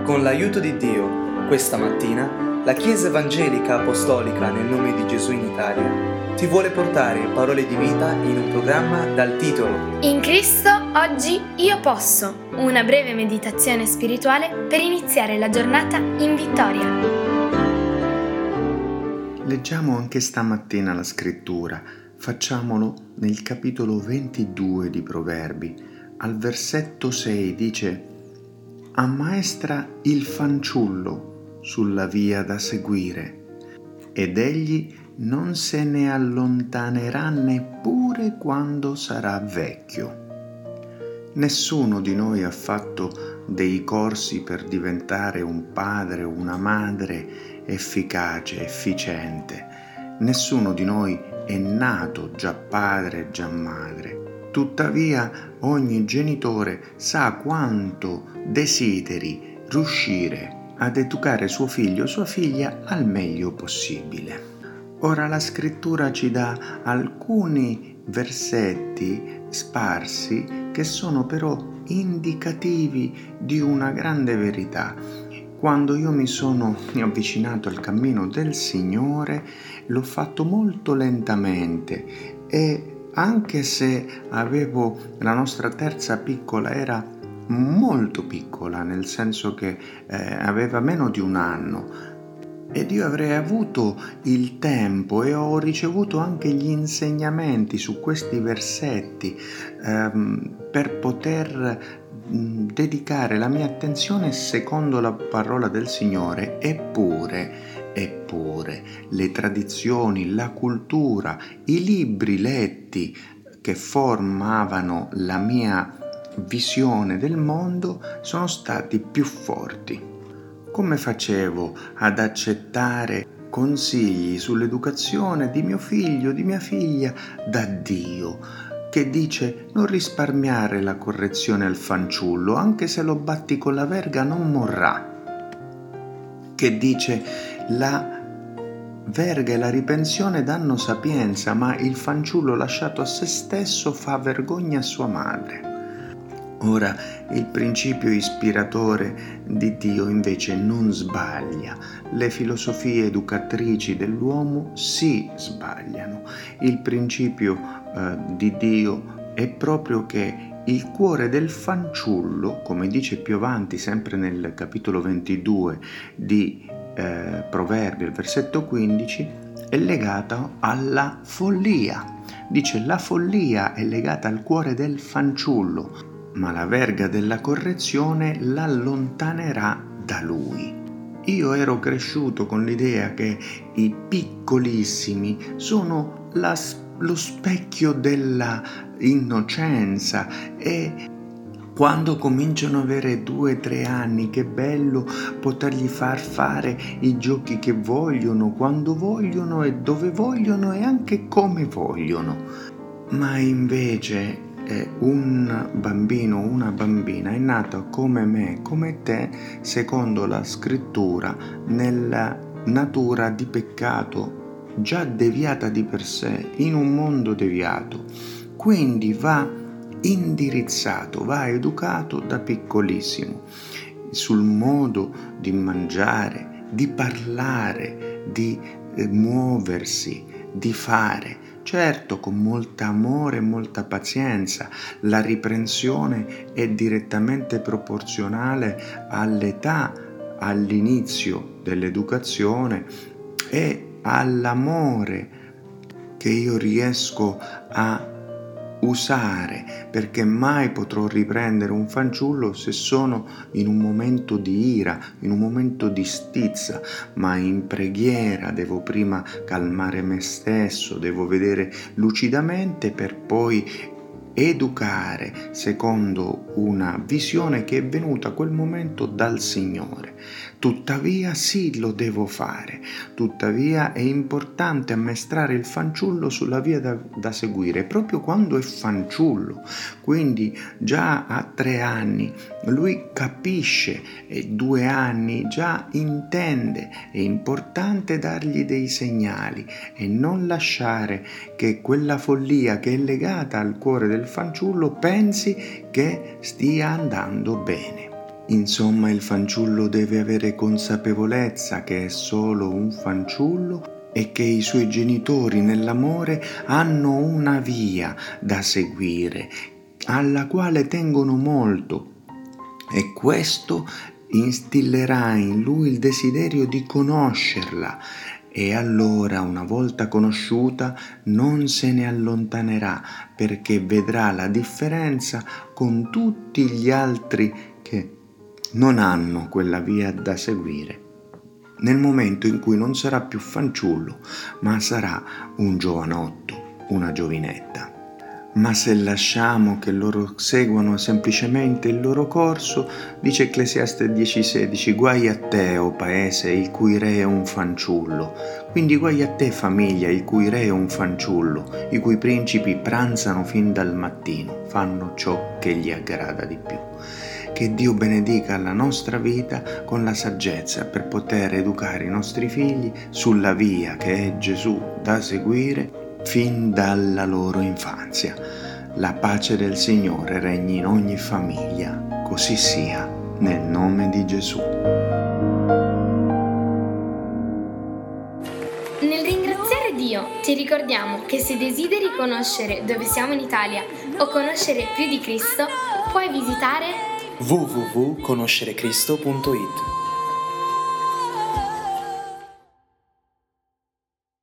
Con l'aiuto di Dio, questa mattina, la Chiesa Evangelica Apostolica nel nome di Gesù in Italia ti vuole portare parole di vita in un programma dal titolo In Cristo oggi io posso, una breve meditazione spirituale per iniziare la giornata in vittoria. Leggiamo anche stamattina la scrittura, facciamolo nel capitolo 22 di Proverbi. Al versetto 6 dice: ammaestra il fanciullo sulla via da seguire, ed egli non se ne allontanerà neppure quando sarà vecchio. Nessuno di noi ha fatto dei corsi per diventare un padre o una madre efficace, efficiente. Nessuno di noi è nato già padre, già madre. Tuttavia, ogni genitore sa quanto desideri riuscire ad educare suo figlio o sua figlia al meglio possibile. Ora la scrittura ci dà alcuni versetti sparsi che sono però indicativi di una grande verità. Quando io mi sono avvicinato al cammino del Signore, l'ho fatto molto lentamente e anche se la nostra terza piccola era molto piccola, nel senso che aveva meno di un anno, ed io avrei avuto il tempo e ho ricevuto anche gli insegnamenti su questi versetti per poter dedicare la mia attenzione secondo la parola del Signore. Eppure le tradizioni, la cultura, i libri letti che formavano la mia visione del mondo sono stati più forti. Come facevo ad accettare consigli sull'educazione di mio figlio, di mia figlia, da Dio, che dice non risparmiare la correzione al fanciullo, anche se lo batti con la verga non morrà, che dice la verga e la riprensione danno sapienza, ma il fanciullo lasciato a se stesso fa vergogna a sua madre. Ora, il principio ispiratore di Dio invece non sbaglia. Le filosofie educatrici dell'uomo sì sbagliano. Il principio di Dio è proprio che il cuore del fanciullo, come dice più avanti, sempre nel capitolo 22 di Proverbi, il versetto 15, è legato alla follia. Dice: la follia è legata al cuore del fanciullo, ma la verga della correzione l'allontanerà da lui. Io ero cresciuto con l'idea che i piccolissimi sono lo specchio della innocenza, e quando cominciano ad avere 2-3 anni, che bello potergli far fare i giochi che vogliono, quando vogliono e dove vogliono e anche come vogliono. Ma invece un bambino o una bambina è nata come me, come te, secondo la scrittura, nella natura di peccato, già deviata di per sé, in un mondo deviato. Quindi va indirizzato, va educato da piccolissimo sul modo di mangiare, di parlare, di muoversi, di fare. Certo, con molto amore e molta pazienza. La riprensione è direttamente proporzionale all'età, all'inizio dell'educazione e all'amore che io riesco a usare, perché mai potrò riprendere un fanciullo se sono in un momento di ira, in un momento di stizza, ma in preghiera devo prima calmare me stesso, devo vedere lucidamente per poi educare secondo una visione che è venuta a quel momento dal Signore. Tuttavia sì, lo devo fare, tuttavia è importante ammaestrare il fanciullo sulla via da seguire proprio quando è fanciullo, quindi già a 3 anni lui capisce, e 2 anni già intende. È importante dargli dei segnali e non lasciare che quella follia che è legata al cuore del fanciullo pensi che stia andando bene. Insomma, il fanciullo deve avere consapevolezza che è solo un fanciullo e che i suoi genitori nell'amore hanno una via da seguire, alla quale tengono molto, e questo instillerà in lui il desiderio di conoscerla, e allora, una volta conosciuta, non se ne allontanerà, perché vedrà la differenza con tutti gli altri che non hanno quella via da seguire, nel momento in cui non sarà più fanciullo, ma sarà un giovanotto, una giovinetta. Ma se lasciamo che loro seguano semplicemente il loro corso, dice Ecclesiaste 10,16, guai a te, o paese, il cui re è un fanciullo. Quindi guai a te, famiglia, il cui re è un fanciullo, i cui principi pranzano fin dal mattino, fanno ciò che gli aggrada di più. Che Dio benedica la nostra vita con la saggezza per poter educare i nostri figli sulla via che è Gesù da seguire fin dalla loro infanzia. La pace del Signore regni in ogni famiglia, così sia, nel nome di Gesù. Nel ringraziare Dio, ti ricordiamo che se desideri conoscere dove siamo in Italia o conoscere più di Cristo, puoi visitare www.conoscerecristo.it.